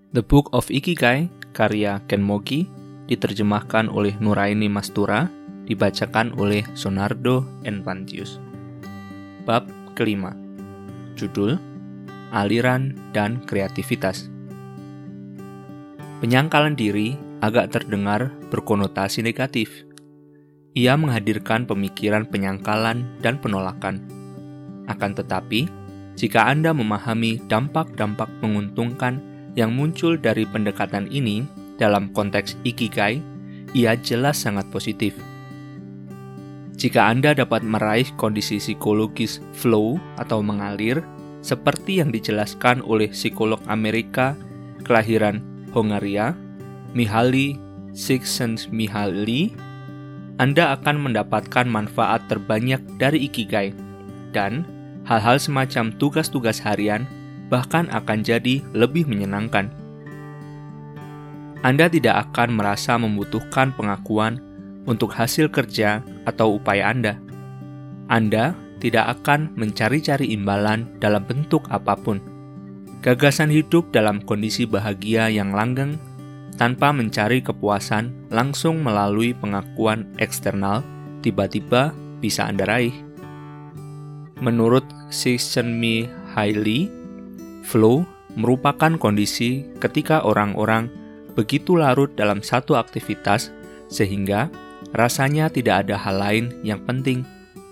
The Book of Ikigai, karya Ken Mogi, diterjemahkan oleh Nuraini Mastura, dibacakan oleh Sonardo Envantius. Bab kelima. Judul, Aliran dan Kreativitas. Penyangkalan diri agak terdengar berkonotasi negatif. Ia menghadirkan pemikiran penyangkalan dan penolakan. Akan tetapi, jika Anda memahami dampak-dampak menguntungkan yang muncul dari pendekatan ini dalam konteks Ikigai, ia jelas sangat positif. Jika Anda dapat meraih kondisi psikologis flow atau mengalir, seperti yang dijelaskan oleh psikolog Amerika kelahiran Hongaria, Mihaly Csikszentmihalyi, Anda akan mendapatkan manfaat terbanyak dari Ikigai, dan hal-hal semacam tugas-tugas harian bahkan akan jadi lebih menyenangkan. Anda tidak akan merasa membutuhkan pengakuan untuk hasil kerja atau upaya Anda. Anda tidak akan mencari-cari imbalan dalam bentuk apapun. Gagasan hidup dalam kondisi bahagia yang langgeng tanpa mencari kepuasan langsung melalui pengakuan eksternal tiba-tiba bisa Anda raih. Menurut Csikszentmihalyi, flow merupakan kondisi ketika orang-orang begitu larut dalam satu aktivitas sehingga rasanya tidak ada hal lain yang penting.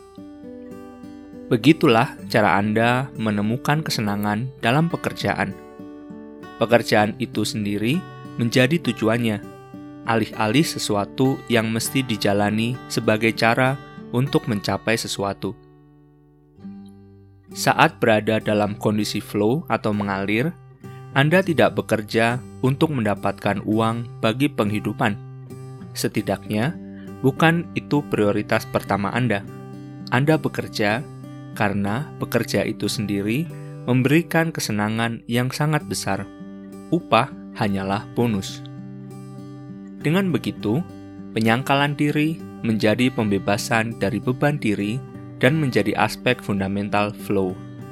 Begitulah cara Anda menemukan kesenangan dalam pekerjaan. Pekerjaan itu sendiri menjadi tujuannya, alih-alih sesuatu yang mesti dijalani sebagai cara untuk mencapai sesuatu. Saat berada dalam kondisi flow atau mengalir, Anda tidak bekerja untuk mendapatkan uang bagi penghidupan. Setidaknya, bukan itu prioritas pertama Anda. Anda bekerja karena bekerja itu sendiri memberikan kesenangan yang sangat besar. Upah hanyalah bonus. Dengan begitu, penyangkalan diri menjadi pembebasan dari beban diri dan menjadi aspek fundamental flow.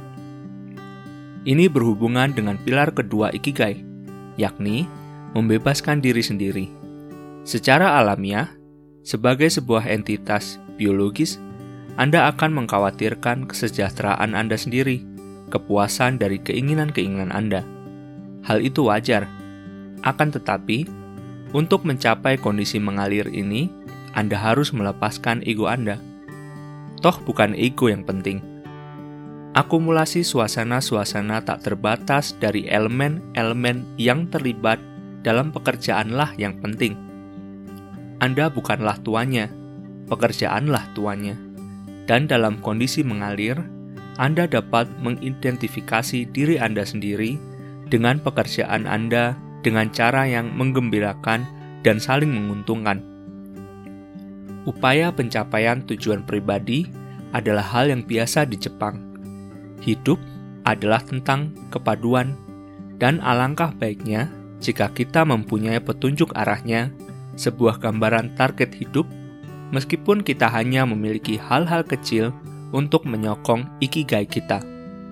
Ini berhubungan dengan pilar kedua Ikigai, yakni membebaskan diri sendiri. Secara alamiah, sebagai sebuah entitas biologis, Anda akan mengkhawatirkan kesejahteraan Anda sendiri, kepuasan dari keinginan-keinginan Anda. Hal itu wajar. Akan tetapi, untuk mencapai kondisi mengalir ini, Anda harus melepaskan ego Anda. Toh bukan ego yang penting. Akumulasi suasana-suasana tak terbatas dari elemen-elemen yang terlibat dalam pekerjaanlah yang penting. Anda bukanlah tuannya, pekerjaanlah tuannya. Dan dalam kondisi mengalir, Anda dapat mengidentifikasi diri Anda sendiri dengan pekerjaan Anda dengan cara yang menggembirakan dan saling menguntungkan. Upaya pencapaian tujuan pribadi adalah hal yang biasa di Jepang. Hidup adalah tentang kepaduan, dan alangkah baiknya jika kita mempunyai petunjuk arahnya, sebuah gambaran target hidup, meskipun kita hanya memiliki hal-hal kecil untuk menyokong Ikigai kita.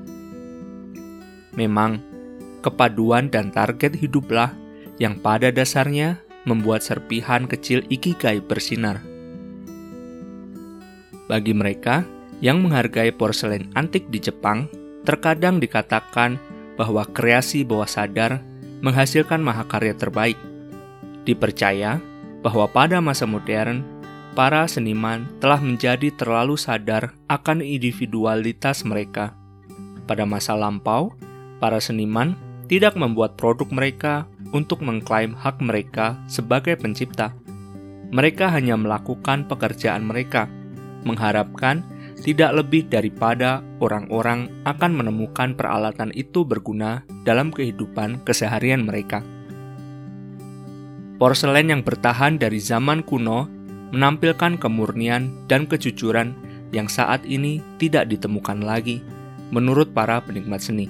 Memang, kepaduan dan target hiduplah yang pada dasarnya membuat serpihan kecil Ikigai bersinar. Bagi mereka yang menghargai porselen antik di Jepang, terkadang dikatakan bahwa kreasi bawah sadar menghasilkan mahakarya terbaik. Dipercaya bahwa pada masa modern, para seniman telah menjadi terlalu sadar akan individualitas mereka. Pada masa lampau, para seniman tidak membuat produk mereka untuk mengklaim hak mereka sebagai pencipta. Mereka hanya melakukan pekerjaan mereka, mengharapkan tidak lebih daripada orang-orang akan menemukan peralatan itu berguna dalam kehidupan keseharian mereka. Porselen yang bertahan dari zaman kuno menampilkan kemurnian dan kejujuran yang saat ini tidak ditemukan lagi, menurut para penikmat seni.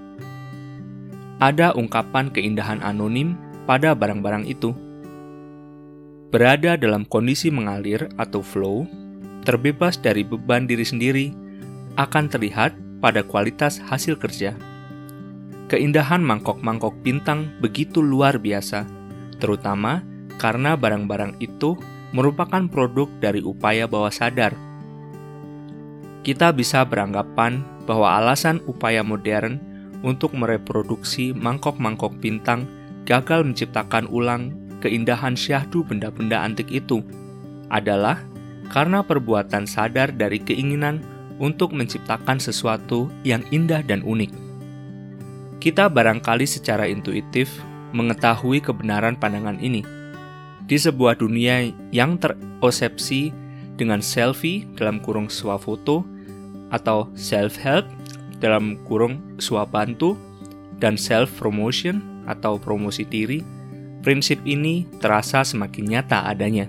Ada ungkapan keindahan anonim pada barang-barang itu. Berada dalam kondisi mengalir atau flow, terbebas dari beban diri sendiri, akan terlihat pada kualitas hasil kerja. keindahan mangkok-mangkok bintang begitu luar biasa, terutama karena barang-barang itu merupakan produk dari upaya bawah sadar. Kita bisa beranggapan bahwa alasan upaya modern untuk mereproduksi mangkok-mangkok bintang gagal menciptakan ulang keindahan syahdu benda-benda antik itu adalah karena perbuatan sadar dari keinginan untuk menciptakan sesuatu yang indah dan unik. Kita barangkali secara intuitif mengetahui kebenaran pandangan ini. Di sebuah dunia yang terobsesi dengan selfie dalam kurung swafoto atau self-help dalam kurung swabantu dan self-promotion atau promosi diri, prinsip ini terasa semakin nyata adanya.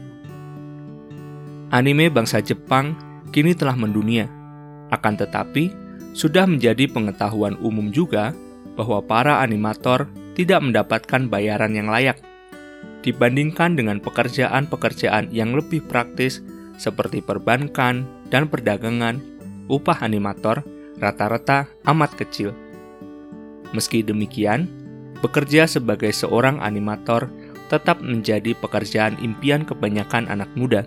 Anime bangsa Jepang kini telah mendunia, akan tetapi sudah menjadi pengetahuan umum juga bahwa para animator tidak mendapatkan bayaran yang layak. Dibandingkan dengan pekerjaan-pekerjaan yang lebih praktis seperti perbankan dan perdagangan, upah animator rata-rata amat kecil. Meski demikian, bekerja sebagai seorang animator tetap menjadi pekerjaan impian kebanyakan anak muda.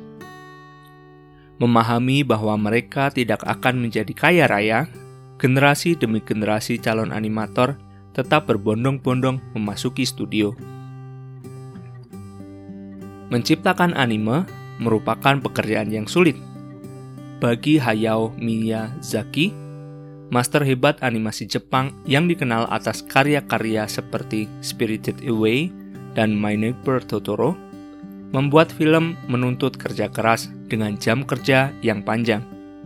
Memahami bahwa mereka tidak akan menjadi kaya raya, generasi demi generasi calon animator tetap berbondong-bondong memasuki studio. Menciptakan anime merupakan pekerjaan yang sulit. Bagi Hayao Miyazaki, master hebat animasi Jepang yang dikenal atas karya-karya seperti Spirited Away dan My Neighbor Totoro, membuat film menuntut kerja keras dengan jam kerja yang panjang.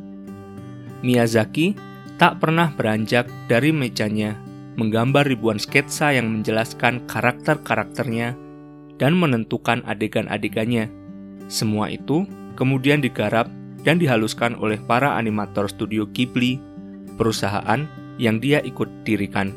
Miyazaki tak pernah beranjak dari mejanya menggambar ribuan sketsa yang menjelaskan karakter-karakternya dan menentukan adegan-adegannya. Semua itu kemudian digarap dan dihaluskan oleh para animator studio Ghibli, perusahaan yang dia ikut dirikan.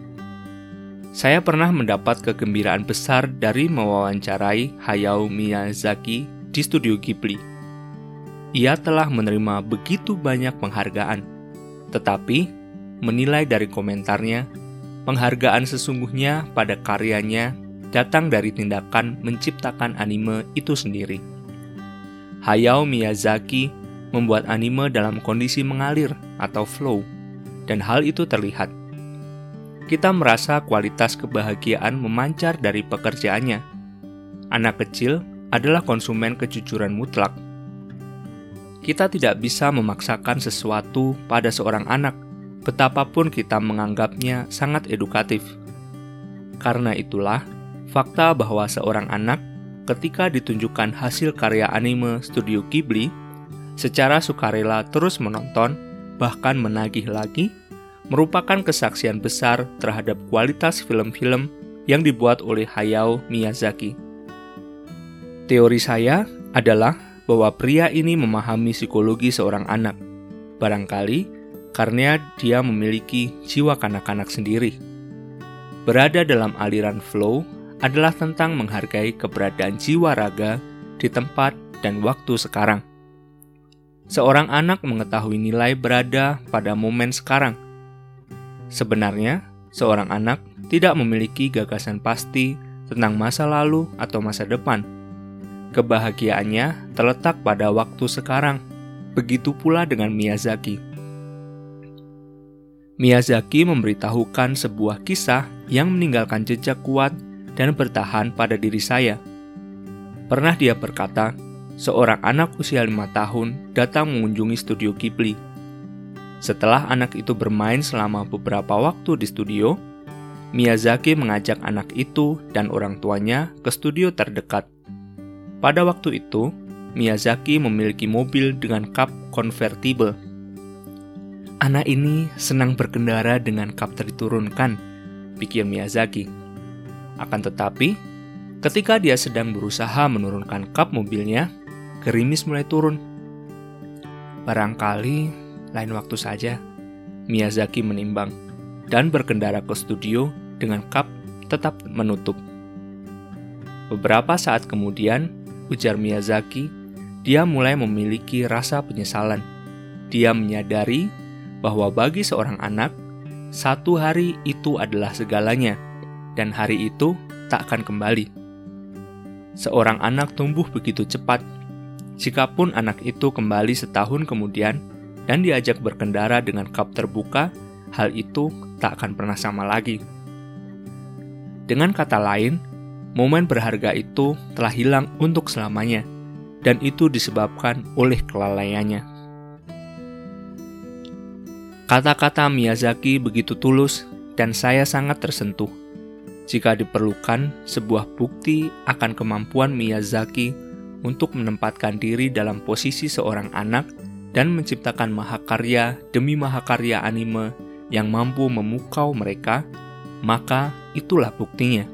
Saya pernah mendapat kegembiraan besar dari mewawancarai Hayao Miyazaki di studio Ghibli. Ia telah menerima begitu banyak penghargaan, tetapi menilai dari komentarnya, penghargaan sesungguhnya pada karyanya datang dari tindakan menciptakan anime itu sendiri. Hayao Miyazaki membuat anime dalam kondisi mengalir atau flow, dan hal itu terlihat. Kita merasa kualitas kebahagiaan memancar dari pekerjaannya. Anak kecil adalah konsumen kejujuran mutlak. Kita tidak bisa memaksakan sesuatu pada seorang anak, betapapun kita menganggapnya sangat edukatif. Karena itulah, fakta bahwa seorang anak ketika ditunjukkan hasil karya anime studio Ghibli, secara sukarela terus menonton, bahkan menagih lagi, merupakan kesaksian besar terhadap kualitas film-film yang dibuat oleh Hayao Miyazaki. Teori saya adalah bahwa pria ini memahami psikologi seorang anak, barangkali karena dia memiliki jiwa kanak-kanak sendiri. Berada dalam aliran flow adalah tentang menghargai keberadaan jiwa raga di tempat dan waktu sekarang. Seorang anak mengetahui nilai berada pada momen sekarang. Sebenarnya, seorang anak tidak memiliki gagasan pasti tentang masa lalu atau masa depan. Kebahagiaannya terletak pada waktu sekarang. Begitu pula dengan Miyazaki. Miyazaki memberitahukan sebuah kisah yang meninggalkan jejak kuat dan bertahan pada diri saya. Pernah dia berkata, seorang anak usia 5 tahun datang mengunjungi studio Ghibli. Setelah anak itu bermain selama beberapa waktu di studio, Miyazaki mengajak anak itu dan orang tuanya ke studio terdekat. Pada waktu itu, Miyazaki memiliki mobil dengan kap konvertibel. Anak ini senang berkendara dengan kap diturunkan, pikir Miyazaki. Akan tetapi, ketika dia sedang berusaha menurunkan kap mobilnya, gerimis mulai turun. Barangkali lain waktu saja, Miyazaki menimbang, dan berkendara ke studio dengan kap tetap menutup. Beberapa saat kemudian, ujar Miyazaki, dia mulai memiliki rasa penyesalan. Dia menyadari bahwa bagi seorang anak, satu hari itu adalah segalanya, dan hari itu tak akan kembali. Seorang anak tumbuh begitu cepat. Jikapun anak itu kembali setahun kemudian dan diajak berkendara dengan kap terbuka, hal itu tak akan pernah sama lagi. Dengan kata lain, momen berharga itu telah hilang untuk selamanya, dan itu disebabkan oleh kelalaiannya. Kata-kata Miyazaki begitu tulus, dan saya sangat tersentuh. Jika diperlukan sebuah bukti akan kemampuan Miyazaki untuk menempatkan diri dalam posisi seorang anak dan menciptakan mahakarya demi mahakarya anime yang mampu memukau mereka, maka itulah buktinya.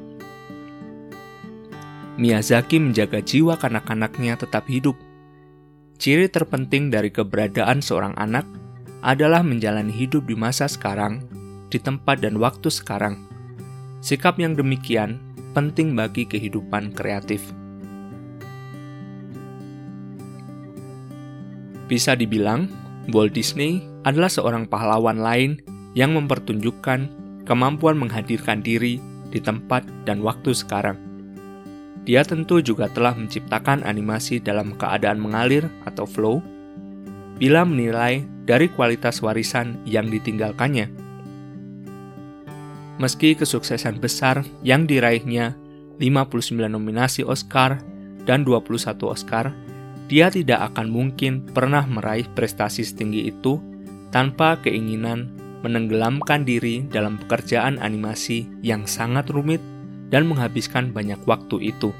Miyazaki menjaga jiwa kanak-kanaknya tetap hidup. Ciri terpenting dari keberadaan seorang anak adalah menjalani hidup di masa sekarang, di tempat dan waktu sekarang. Sikap yang demikian penting bagi kehidupan kreatif. Bisa dibilang, Walt Disney adalah seorang pahlawan lain yang mempertunjukkan kemampuan menghadirkan diri di tempat dan waktu sekarang. Dia tentu juga telah menciptakan animasi dalam keadaan mengalir atau flow, bila menilai dari kualitas warisan yang ditinggalkannya. Meski kesuksesan besar yang diraihnya 59 nominasi Oscar dan 21 Oscar, dia tidak akan mungkin pernah meraih prestasi setinggi itu tanpa keinginan menenggelamkan diri dalam pekerjaan animasi yang sangat rumit dan menghabiskan banyak waktu itu.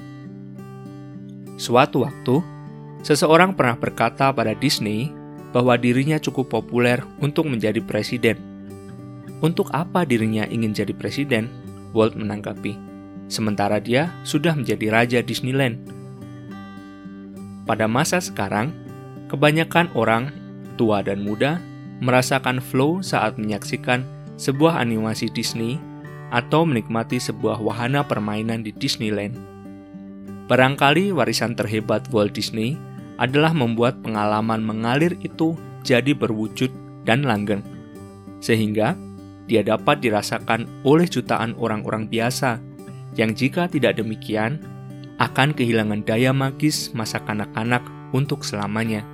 Suatu waktu, seseorang pernah berkata pada Disney bahwa dirinya cukup populer untuk menjadi presiden. Untuk apa dirinya ingin jadi presiden? Walt menanggapi, sementara dia sudah menjadi raja Disneyland. Pada masa sekarang, kebanyakan orang, tua dan muda, merasakan flow saat menyaksikan sebuah animasi Disney atau menikmati sebuah wahana permainan di Disneyland. Barangkali warisan terhebat Walt Disney adalah membuat pengalaman mengalir itu jadi berwujud dan langgeng, sehingga dia dapat dirasakan oleh jutaan orang-orang biasa yang jika tidak demikian akan kehilangan daya magis masa kanak-kanak untuk selamanya.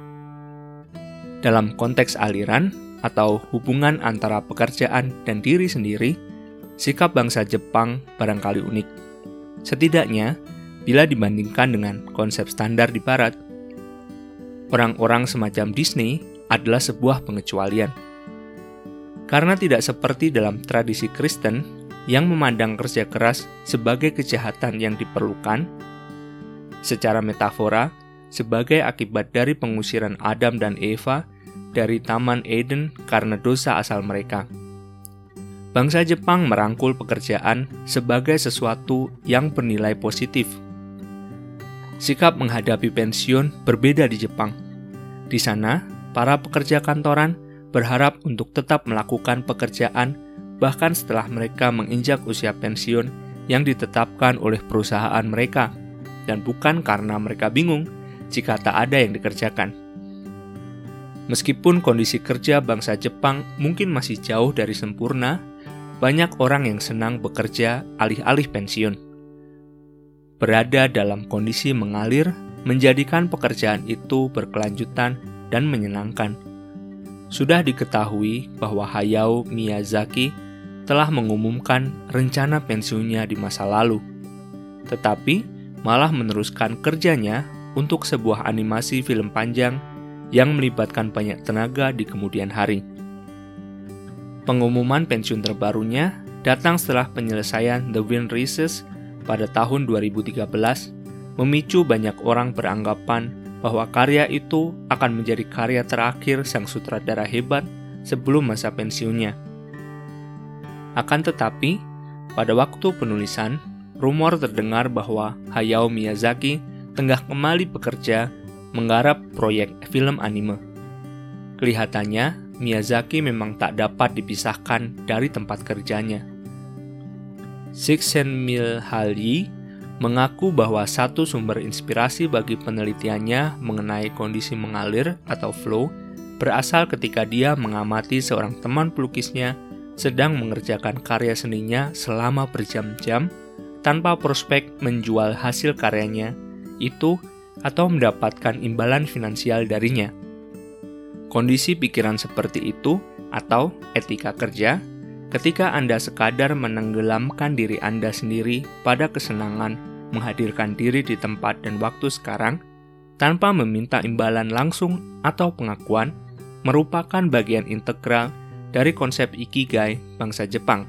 Dalam konteks aliran atau hubungan antara pekerjaan dan diri sendiri, sikap bangsa Jepang barangkali unik. Setidaknya, bila dibandingkan dengan konsep standar di Barat, orang-orang semacam Disney adalah sebuah pengecualian. Karena tidak seperti dalam tradisi Kristen yang memandang kerja keras sebagai kejahatan yang diperlukan, secara metafora, sebagai akibat dari pengusiran Adam dan Eva dari Taman Eden karena dosa asal mereka. Bangsa Jepang merangkul pekerjaan sebagai sesuatu yang bernilai positif. Sikap menghadapi pensiun berbeda di Jepang. Di sana, para pekerja kantoran berharap untuk tetap melakukan pekerjaan bahkan setelah mereka menginjak usia pensiun yang ditetapkan oleh perusahaan mereka, dan bukan karena mereka bingung jika tak ada yang dikerjakan. Meskipun kondisi kerja bangsa Jepang mungkin masih jauh dari sempurna, banyak orang yang senang bekerja alih-alih pensiun. Berada dalam kondisi mengalir menjadikan pekerjaan itu berkelanjutan dan menyenangkan. Sudah diketahui bahwa Hayao Miyazaki telah mengumumkan rencana pensiunnya di masa lalu, tetapi malah meneruskan kerjanya untuk sebuah animasi film panjang yang melibatkan banyak tenaga di kemudian hari. Pengumuman pensiun terbarunya datang setelah penyelesaian The Wind Rises pada tahun 2013, memicu banyak orang beranggapan bahwa karya itu akan menjadi karya terakhir sang sutradara hebat sebelum masa pensiunnya. Akan tetapi, pada waktu penulisan, rumor terdengar bahwa Hayao Miyazaki tengah kembali bekerja menggarap proyek film anime. Kelihatannya, Miyazaki memang tak dapat dipisahkan dari tempat kerjanya. Csikszentmihalyi mengaku bahwa satu sumber inspirasi bagi penelitiannya mengenai kondisi mengalir atau flow berasal ketika dia mengamati seorang teman pelukisnya sedang mengerjakan karya seninya selama berjam-jam tanpa prospek menjual hasil karyanya itu atau mendapatkan imbalan finansial darinya. Kondisi pikiran seperti itu atau etika kerja ketika Anda sekadar menenggelamkan diri Anda sendiri pada kesenangan menghadirkan diri di tempat dan waktu sekarang tanpa meminta imbalan langsung atau pengakuan merupakan bagian integral dari konsep Ikigai bangsa Jepang.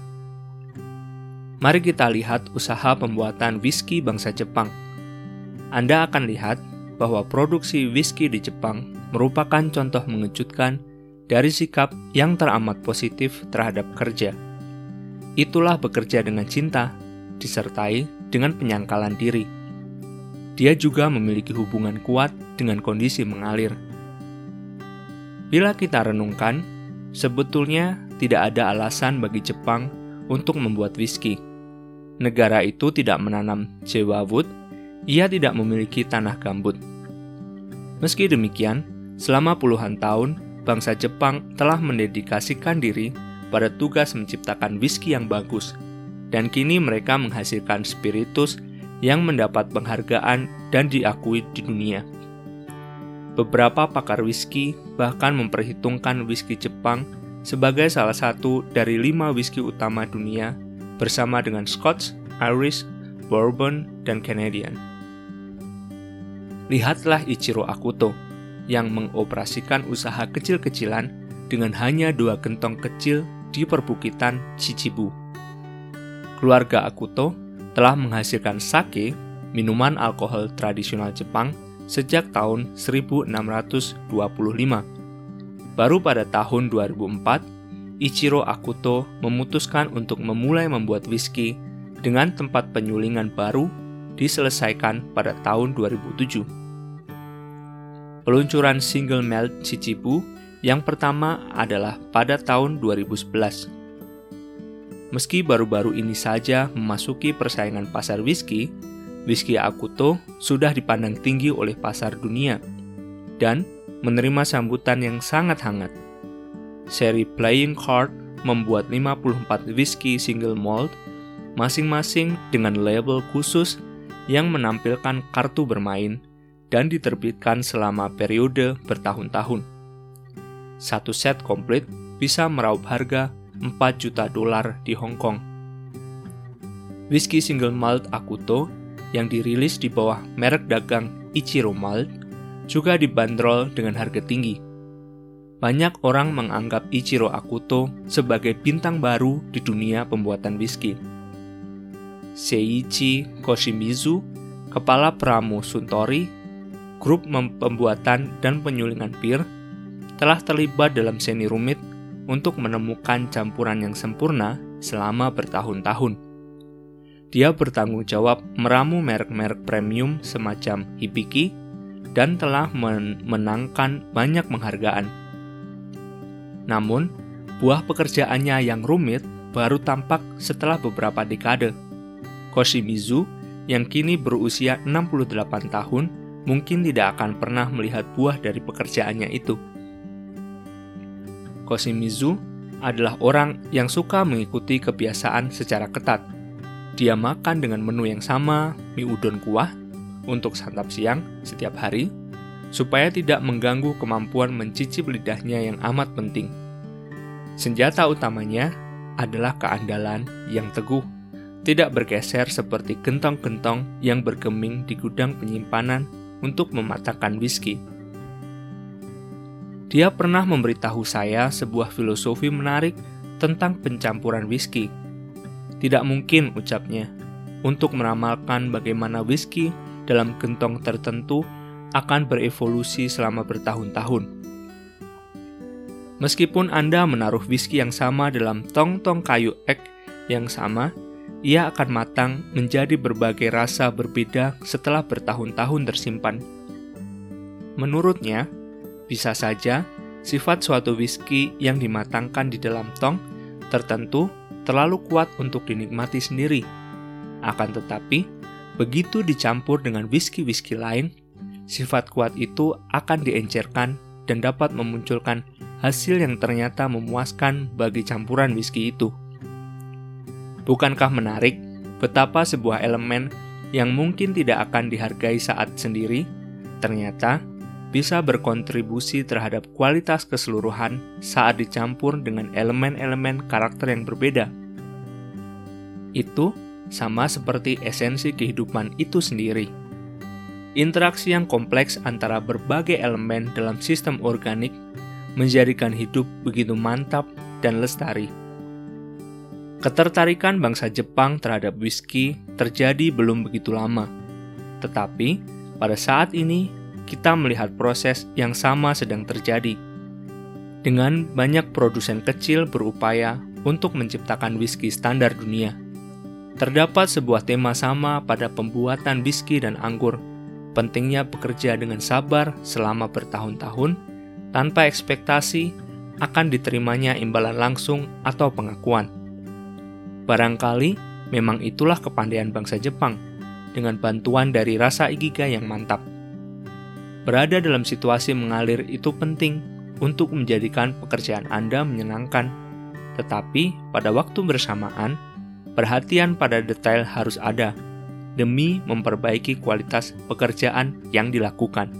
Mari kita lihat usaha pembuatan whisky bangsa Jepang. Anda akan lihat bahwa produksi whisky di Jepang merupakan contoh mengejutkan dari sikap yang teramat positif terhadap kerja. Itulah bekerja dengan cinta, disertai dengan penyangkalan diri. Dia juga memiliki hubungan kuat dengan kondisi mengalir. Bila kita renungkan, sebetulnya tidak ada alasan bagi Jepang untuk membuat whisky. Negara itu tidak menanam Jewa wood, ia tidak memiliki tanah gambut. Meski demikian, selama puluhan tahun, bangsa Jepang telah mendedikasikan diri pada tugas menciptakan whisky yang bagus, dan kini mereka menghasilkan spiritus yang mendapat penghargaan dan diakui di dunia. Beberapa pakar whisky bahkan memperhitungkan whisky Jepang sebagai salah satu dari 5 whisky utama dunia bersama dengan Scotch, Irish, Bourbon, dan Canadian. Lihatlah Ichiro Akuto yang mengoperasikan usaha kecil-kecilan dengan hanya 2 gentong kecil di perbukitan Chichibu. Keluarga Akuto telah menghasilkan sake, minuman alkohol tradisional Jepang, sejak tahun 1625. Baru pada tahun 2004, Ichiro Akuto memutuskan untuk memulai membuat whisky dengan tempat penyulingan baru diselesaikan pada tahun 2007. Peluncuran single malt Chichibu yang pertama adalah pada tahun 2011. Meski baru-baru ini saja memasuki persaingan pasar whisky Akuto sudah dipandang tinggi oleh pasar dunia dan menerima sambutan yang sangat hangat. Seri Playing Card membuat 54 whisky single malt, masing-masing dengan label khusus yang menampilkan kartu bermain dan diterbitkan selama periode bertahun-tahun. Satu set komplit bisa meraup harga $4 juta di Hong Kong. Whisky single malt Akuto yang dirilis di bawah merek dagang Ichiro Malt juga dibanderol dengan harga tinggi. Banyak orang menganggap Ichiro Akuto sebagai bintang baru di dunia pembuatan whisky. Seiichi Koshimizu, kepala Pramu Suntory, grup pembuatan dan penyulingan bir, telah terlibat dalam seni rumit untuk menemukan campuran yang sempurna selama bertahun-tahun. Dia bertanggung jawab meramu merek-merek premium semacam Hibiki dan telah menangkan banyak penghargaan. Namun, buah pekerjaannya yang rumit baru tampak setelah beberapa dekade. Koshimizu, yang kini berusia 68 tahun, mungkin tidak akan pernah melihat buah dari pekerjaannya itu. Koshimizu adalah orang yang suka mengikuti kebiasaan secara ketat. Dia makan dengan menu yang sama, mie udon kuah, untuk santap siang setiap hari, supaya tidak mengganggu kemampuan mencicip lidahnya yang amat penting. Senjata utamanya adalah keandalan yang teguh, tidak bergeser seperti gentong-gentong yang bergeming di gudang penyimpanan untuk mematahkan whisky. Dia pernah memberitahu saya sebuah filosofi menarik tentang pencampuran whisky. Tidak mungkin, ucapnya, untuk meramalkan bagaimana whisky dalam gentong tertentu akan berevolusi selama bertahun-tahun. Meskipun Anda menaruh whisky yang sama dalam tong-tong kayu ek yang sama, ia akan matang menjadi berbagai rasa berbeda setelah bertahun-tahun tersimpan. Menurutnya, bisa saja sifat suatu whisky yang dimatangkan di dalam tong tertentu terlalu kuat untuk dinikmati sendiri. Akan tetapi, begitu dicampur dengan whisky-whisky lain, sifat kuat itu akan diencerkan dan dapat memunculkan hasil yang ternyata memuaskan bagi campuran whisky itu. Bukankah menarik betapa sebuah elemen yang mungkin tidak akan dihargai saat sendiri, ternyata bisa berkontribusi terhadap kualitas keseluruhan saat dicampur dengan elemen-elemen karakter yang berbeda. Itu sama seperti esensi kehidupan itu sendiri. Interaksi yang kompleks antara berbagai elemen dalam sistem organik menjadikan hidup begitu mantap dan lestari. Ketertarikan bangsa Jepang terhadap whisky terjadi belum begitu lama, tetapi pada saat ini kita melihat proses yang sama sedang terjadi. Dengan banyak produsen kecil berupaya untuk menciptakan whisky standar dunia, terdapat sebuah tema sama pada pembuatan whisky dan anggur. Pentingnya bekerja dengan sabar selama bertahun-tahun tanpa ekspektasi akan diterimanya imbalan langsung atau pengakuan. Barangkali memang itulah kepandaian bangsa Jepang dengan bantuan dari rasa ikigai yang mantap. Berada dalam situasi mengalir itu penting untuk menjadikan pekerjaan Anda menyenangkan, tetapi pada waktu bersamaan, perhatian pada detail harus ada demi memperbaiki kualitas pekerjaan yang dilakukan.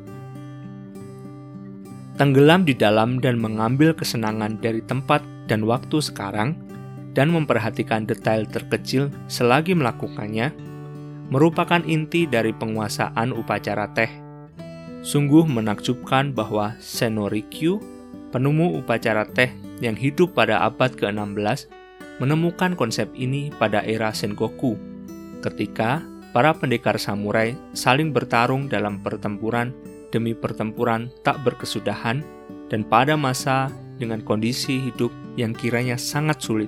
Tenggelam di dalam dan mengambil kesenangan dari tempat dan waktu sekarang, dan memperhatikan detail terkecil selagi melakukannya, merupakan inti dari penguasaan upacara teh. Sungguh menakjubkan bahwa Senno-rikyu, penemu upacara teh yang hidup pada abad ke-16, menemukan konsep ini pada era Sengoku, ketika para pendekar samurai saling bertarung dalam pertempuran demi pertempuran tak berkesudahan dan pada masa dengan kondisi hidup yang kiranya sangat sulit.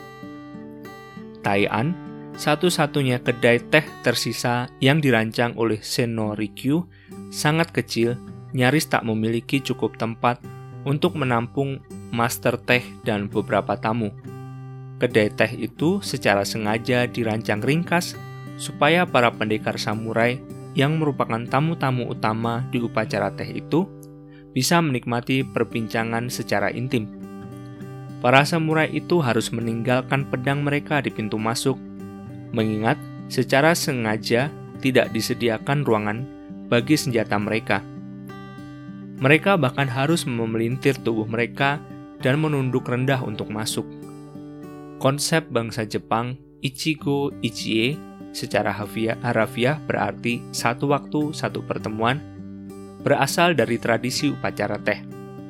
Taian, satu-satunya kedai teh tersisa yang dirancang oleh Senno-rikyu, sangat kecil, nyaris tak memiliki cukup tempat untuk menampung master teh dan beberapa tamu. Kedai teh itu secara sengaja dirancang ringkas supaya para pendekar samurai yang merupakan tamu-tamu utama di upacara teh itu bisa menikmati perbincangan secara intim. Para samurai itu harus meninggalkan pedang mereka di pintu masuk, mengingat secara sengaja tidak disediakan ruangan bagi senjata mereka. Mereka bahkan harus memelintir tubuh mereka dan menunduk rendah untuk masuk. Konsep bangsa Jepang Ichigo Ichie secara harafiah berarti satu waktu, satu pertemuan, berasal dari tradisi upacara teh.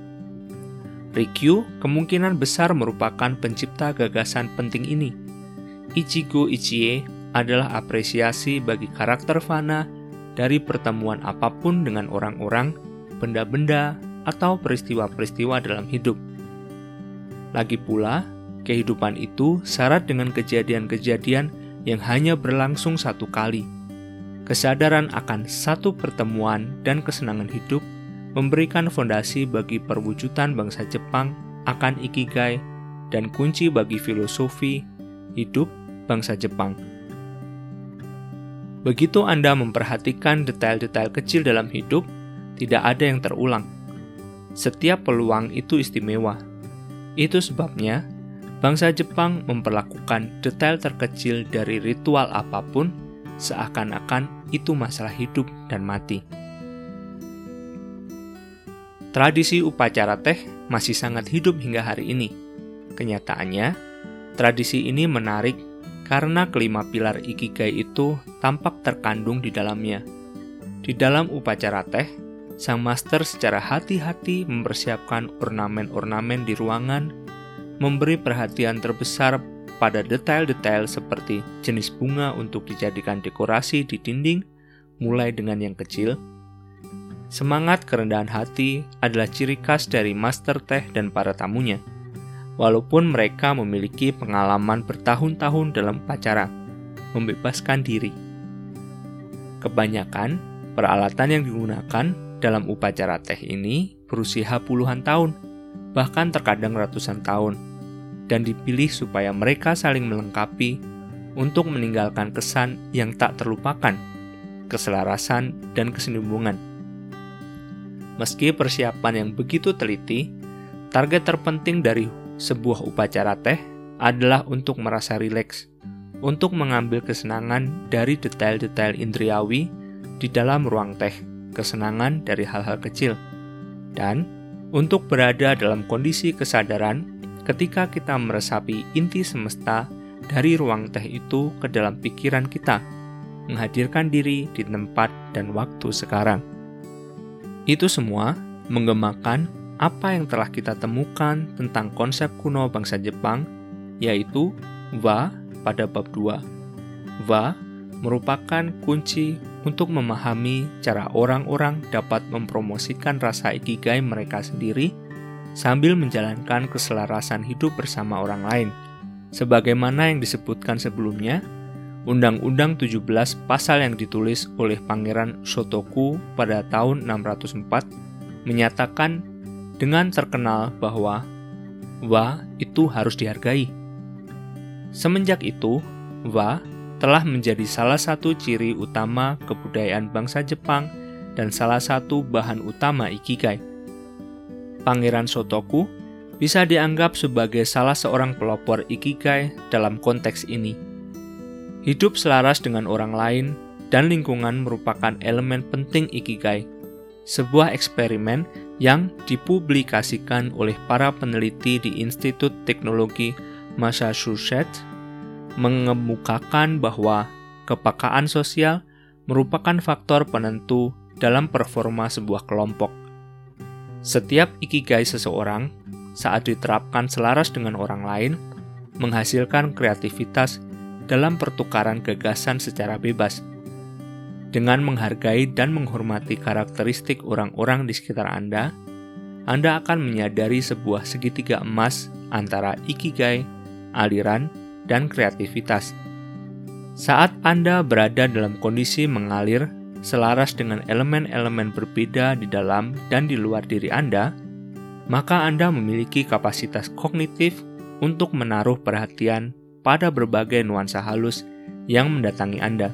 Rikyu kemungkinan besar merupakan pencipta gagasan penting ini. Ichigo Ichie adalah apresiasi bagi karakter fana dari pertemuan apapun dengan orang-orang, benda-benda, atau peristiwa-peristiwa dalam hidup. Lagi pula, kehidupan itu syarat dengan kejadian-kejadian yang hanya berlangsung satu kali. Kesadaran akan satu pertemuan dan kesenangan hidup memberikan fondasi bagi perwujudan bangsa Jepang akan ikigai dan kunci bagi filosofi hidup bangsa Jepang. Begitu Anda memperhatikan detail-detail kecil dalam hidup, tidak ada yang terulang. Setiap peluang itu istimewa. Itu sebabnya bangsa Jepang memperlakukan detail terkecil dari ritual apapun seakan-akan itu masalah hidup dan mati. Tradisi upacara teh masih sangat hidup hingga hari ini. Kenyataannya, tradisi ini menarik karena kelima pilar ikigai itu tampak terkandung di dalamnya. Di dalam upacara teh, sang master secara hati-hati mempersiapkan ornamen-ornamen di ruangan, memberi perhatian terbesar pada detail-detail seperti jenis bunga untuk dijadikan dekorasi di dinding, mulai dengan yang kecil. Semangat kerendahan hati adalah ciri khas dari master teh dan para tamunya, walaupun mereka memiliki pengalaman bertahun-tahun dalam upacara, membebaskan diri. Kebanyakan peralatan yang digunakan dalam upacara teh ini berusia puluhan tahun, bahkan terkadang ratusan tahun, dan dipilih supaya mereka saling melengkapi untuk meninggalkan kesan yang tak terlupakan, keselarasan, dan kesinambungan. Meski persiapan yang begitu teliti, target terpenting dari sebuah upacara teh adalah untuk merasa rileks, untuk mengambil kesenangan dari detail-detail indriawi di dalam ruang teh, kesenangan dari hal-hal kecil, dan untuk berada dalam kondisi kesadaran ketika kita meresapi inti semesta dari ruang teh itu ke dalam pikiran kita, menghadirkan diri di tempat dan waktu sekarang. Itu semua menggemakan apa yang telah kita temukan tentang konsep kuno bangsa Jepang, yaitu wa pada bab 2. Wa merupakan kunci untuk memahami cara orang-orang dapat mempromosikan rasa ikigai mereka sendiri sambil menjalankan keselarasan hidup bersama orang lain. Sebagaimana yang disebutkan sebelumnya, Undang-Undang 17 pasal yang ditulis oleh Pangeran Shotoku pada tahun 604 menyatakan dengan terkenal bahwa wa itu harus dihargai. Semenjak itu, wa telah menjadi salah satu ciri utama kebudayaan bangsa Jepang dan salah satu bahan utama ikigai. Pangeran Shotoku bisa dianggap sebagai salah seorang pelopor ikigai dalam konteks ini. Hidup selaras dengan orang lain dan lingkungan merupakan elemen penting ikigai, sebuah eksperimen yang dipublikasikan oleh para peneliti di Institut Teknologi Massachusetts mengemukakan bahwa kepekaan sosial merupakan faktor penentu dalam performa sebuah kelompok. Setiap ikigai seseorang saat diterapkan selaras dengan orang lain menghasilkan kreativitas dalam pertukaran gagasan secara bebas. Dengan menghargai dan menghormati karakteristik orang-orang di sekitar Anda akan menyadari sebuah segitiga emas antara ikigai, aliran, dan kreativitas. Saat Anda berada dalam kondisi mengalir, selaras dengan elemen-elemen berbeda di dalam dan di luar diri Anda, maka Anda memiliki kapasitas kognitif untuk menaruh perhatian pada berbagai nuansa halus yang mendatangi Anda.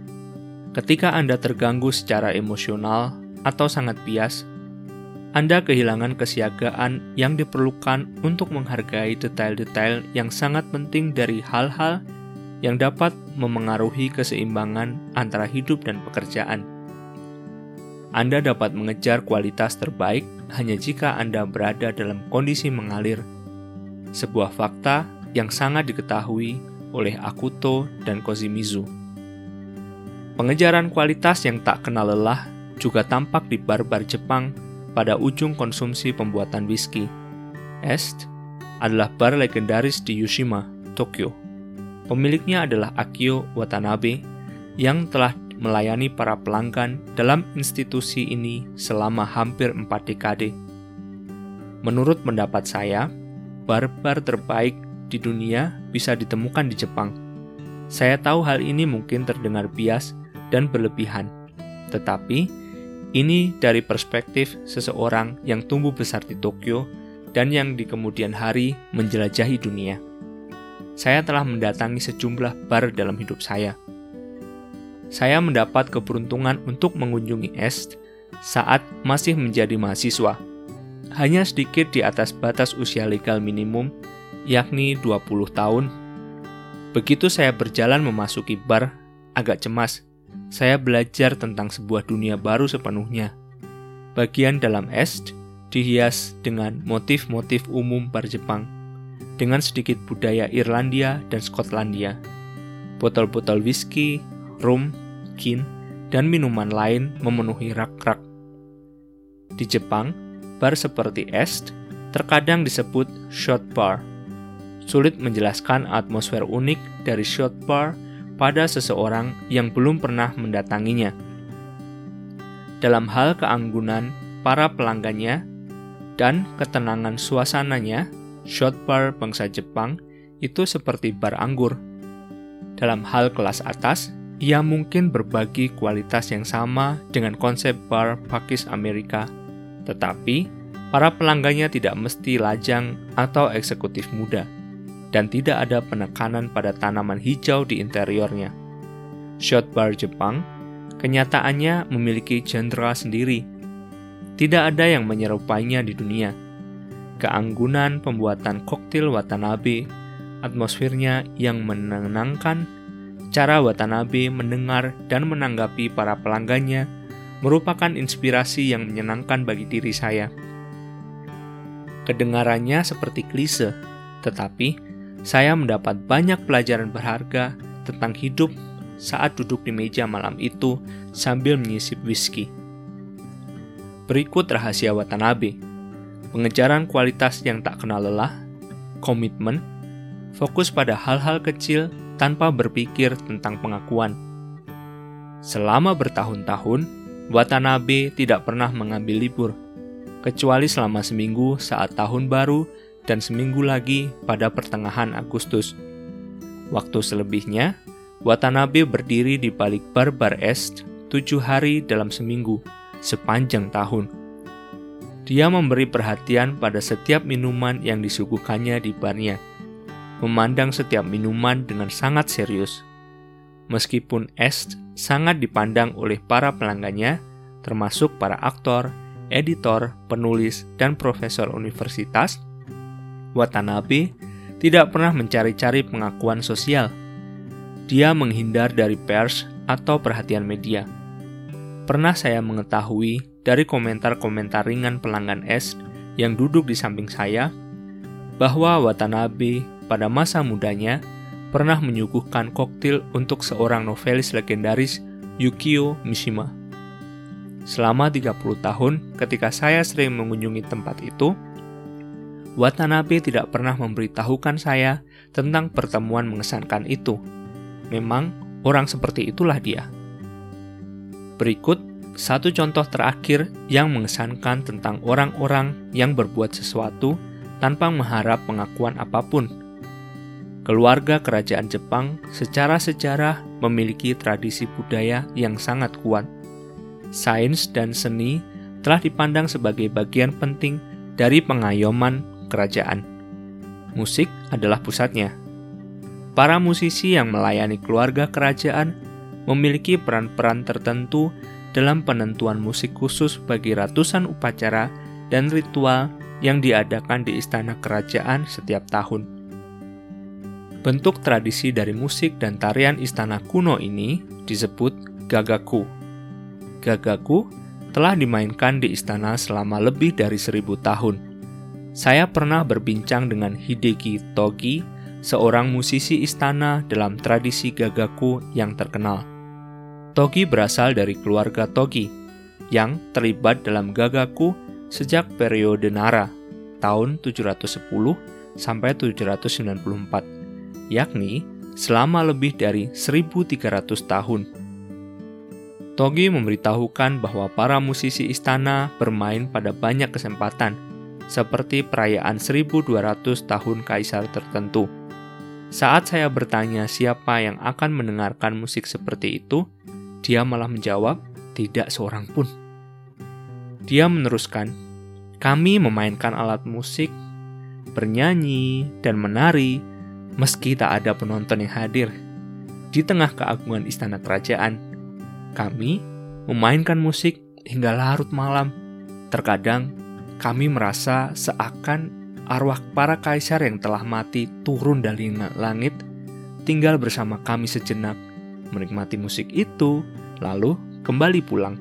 Ketika Anda terganggu secara emosional atau sangat bias, Anda kehilangan kesiagaan yang diperlukan untuk menghargai detail-detail yang sangat penting dari hal-hal yang dapat memengaruhi keseimbangan antara hidup dan pekerjaan. Anda dapat mengejar kualitas terbaik hanya jika Anda berada dalam kondisi mengalir. Sebuah fakta yang sangat diketahui oleh Akuto dan Koshimizu. Pengejaran kualitas yang tak kenal lelah juga tampak di bar-bar Jepang pada ujung konsumsi pembuatan whisky. Est adalah bar legendaris di Yushima, Tokyo. Pemiliknya adalah Akio Watanabe yang telah melayani para pelanggan dalam institusi ini selama hampir 4 dekade. Menurut pendapat saya, bar-bar terbaik di dunia bisa ditemukan di Jepang. Saya tahu hal ini mungkin terdengar bias dan berlebihan, tetapi ini dari perspektif seseorang yang tumbuh besar di Tokyo dan yang di kemudian hari menjelajahi dunia. Saya telah mendatangi sejumlah bar dalam hidup saya. Saya mendapat keberuntungan untuk mengunjungi Est saat masih menjadi mahasiswa, hanya sedikit di atas batas usia legal minimum, yakni 20 tahun. Begitu saya berjalan memasuki bar, agak cemas. Saya belajar tentang sebuah dunia baru sepenuhnya. Bagian dalam Est dihias dengan motif-motif umum bar Jepang, dengan sedikit budaya Irlandia dan Skotlandia. Botol-botol whisky, rum, gin, dan minuman lain memenuhi rak-rak. Di Jepang, bar seperti Est terkadang disebut shot bar. Sulit menjelaskan atmosfer unik dari shot bar pada seseorang yang belum pernah mendatanginya. Dalam hal keanggunan para pelanggannya dan ketenangan suasananya, shot bar bangsa Jepang itu seperti bar anggur. Dalam hal kelas atas, ia mungkin berbagi kualitas yang sama dengan konsep bar pakis Amerika, tetapi para pelanggannya tidak mesti lajang atau eksekutif muda, dan tidak ada penekanan pada tanaman hijau di interiornya. Shot bar Jepang kenyataannya memiliki genre sendiri. Tidak ada yang menyerupainya di dunia. Keanggunan pembuatan koktail Watanabe, atmosfernya yang menenangkan, cara Watanabe mendengar dan menanggapi para pelanggannya merupakan inspirasi yang menyenangkan bagi diri saya. Kedengarannya seperti klise, tetapi saya mendapat banyak pelajaran berharga tentang hidup saat duduk di meja malam itu sambil menyisip whisky. Berikut rahasia Watanabe: pengejaran kualitas yang tak kenal lelah, komitmen, fokus pada hal-hal kecil tanpa berpikir tentang pengakuan. Selama bertahun-tahun, Watanabe tidak pernah mengambil libur, kecuali selama seminggu saat tahun baru dan seminggu lagi pada pertengahan Agustus. Waktu selebihnya, Watanabe berdiri di balik bar es 7 hari dalam seminggu, sepanjang tahun. Dia memberi perhatian pada setiap minuman yang disuguhkannya di barnya, memandang setiap minuman dengan sangat serius. Meskipun es sangat dipandang oleh para pelanggannya, termasuk para aktor, editor, penulis, dan profesor universitas, Watanabe tidak pernah mencari-cari pengakuan sosial. Dia menghindar dari pers atau perhatian media. Pernah saya mengetahui dari komentar-komentar ringan pelanggan es yang duduk di samping saya, bahwa Watanabe pada masa mudanya pernah menyuguhkan koktail untuk seorang novelis legendaris, Yukio Mishima. Selama 30 tahun ketika saya sering mengunjungi tempat itu, Watanabe tidak pernah memberitahukan saya tentang pertemuan mengesankan itu. Memang, orang seperti itulah dia. Berikut satu contoh terakhir yang mengesankan tentang orang-orang yang berbuat sesuatu tanpa mengharap pengakuan apapun. Keluarga kerajaan Jepang secara sejarah memiliki tradisi budaya yang sangat kuat. Sains dan seni telah dipandang sebagai bagian penting dari pengayoman kerajaan. Musik adalah pusatnya. Para musisi yang melayani keluarga kerajaan memiliki peran-peran tertentu dalam penentuan musik khusus bagi ratusan upacara dan ritual yang diadakan di istana kerajaan setiap tahun. Bentuk tradisi dari musik dan tarian istana kuno ini disebut gagaku. Gagaku telah dimainkan di istana selama lebih dari 1000 tahun. Saya pernah berbincang dengan Hideki Togi, seorang musisi istana dalam tradisi gagaku yang terkenal. Togi berasal dari keluarga Togi, yang terlibat dalam gagaku sejak periode Nara, tahun 710 sampai 794, yakni selama lebih dari 1300 tahun. Togi memberitahukan bahwa para musisi istana bermain pada banyak kesempatan, seperti perayaan 1200 tahun kaisar tertentu. Saat saya bertanya siapa yang akan mendengarkan musik seperti itu, dia malah menjawab, tidak seorang pun. Dia meneruskan, kami memainkan alat musik, bernyanyi, dan menari, meski tak ada penonton yang hadir. Di tengah keagungan istana kerajaan, kami memainkan musik hingga larut malam. Terkadang, kami merasa seakan arwah para kaisar yang telah mati turun dari langit, tinggal bersama kami sejenak, menikmati musik itu, lalu kembali pulang.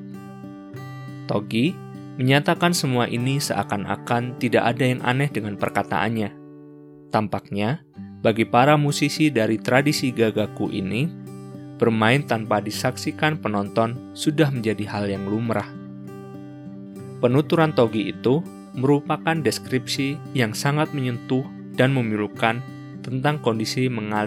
Togi menyatakan semua ini seakan-akan tidak ada yang aneh dengan perkataannya. Tampaknya, bagi para musisi dari tradisi gagaku ini, bermain tanpa disaksikan penonton sudah menjadi hal yang lumrah. Penuturan Togi itu merupakan deskripsi yang sangat menyentuh dan memilukan tentang kondisi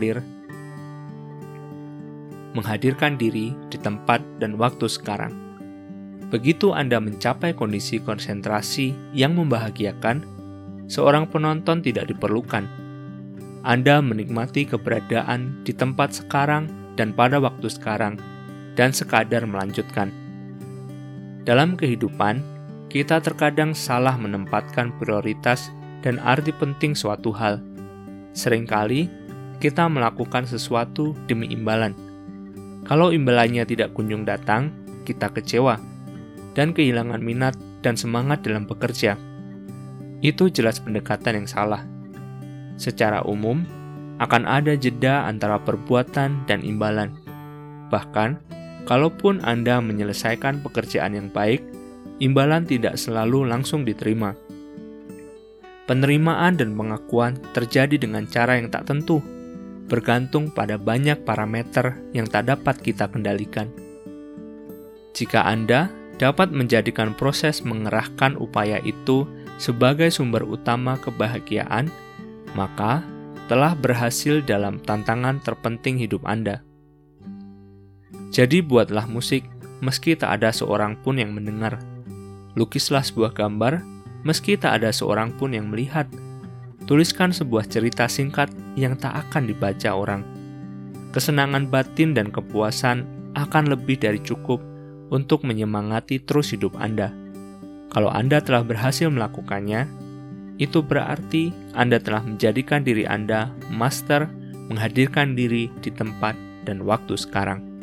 menghadirkan diri di tempat dan waktu sekarang. Begitu Anda mencapai kondisi konsentrasi yang membahagiakan, seorang penonton tidak diperlukan. Anda menikmati keberadaan di tempat sekarang dan pada waktu sekarang, dan sekadar melanjutkan. Dalam kehidupan, kita terkadang salah menempatkan prioritas dan arti penting suatu hal. Seringkali, kita melakukan sesuatu demi imbalan. Kalau imbalannya tidak kunjung datang, kita kecewa dan kehilangan minat dan semangat dalam bekerja. Itu jelas pendekatan yang salah. Secara umum, akan ada jeda antara perbuatan dan imbalan. Bahkan, kalaupun Anda menyelesaikan pekerjaan yang baik, imbalan tidak selalu langsung diterima. Penerimaan dan pengakuan terjadi dengan cara yang tak tentu, bergantung pada banyak parameter yang tak dapat kita kendalikan. Jika Anda dapat menjadikan proses mengerahkan upaya itu sebagai sumber utama kebahagiaan, maka telah berhasil dalam tantangan terpenting hidup Anda. Jadi buatlah musik meski tak ada seorang pun yang mendengar. Lukislah sebuah gambar meski tak ada seorang pun yang melihat. Tuliskan sebuah cerita singkat yang tak akan dibaca orang. Kesenangan batin dan kepuasan akan lebih dari cukup untuk menyemangati terus hidup Anda. Kalau Anda telah berhasil melakukannya, itu berarti Anda telah menjadikan diri Anda master menghadirkan diri di tempat dan waktu sekarang.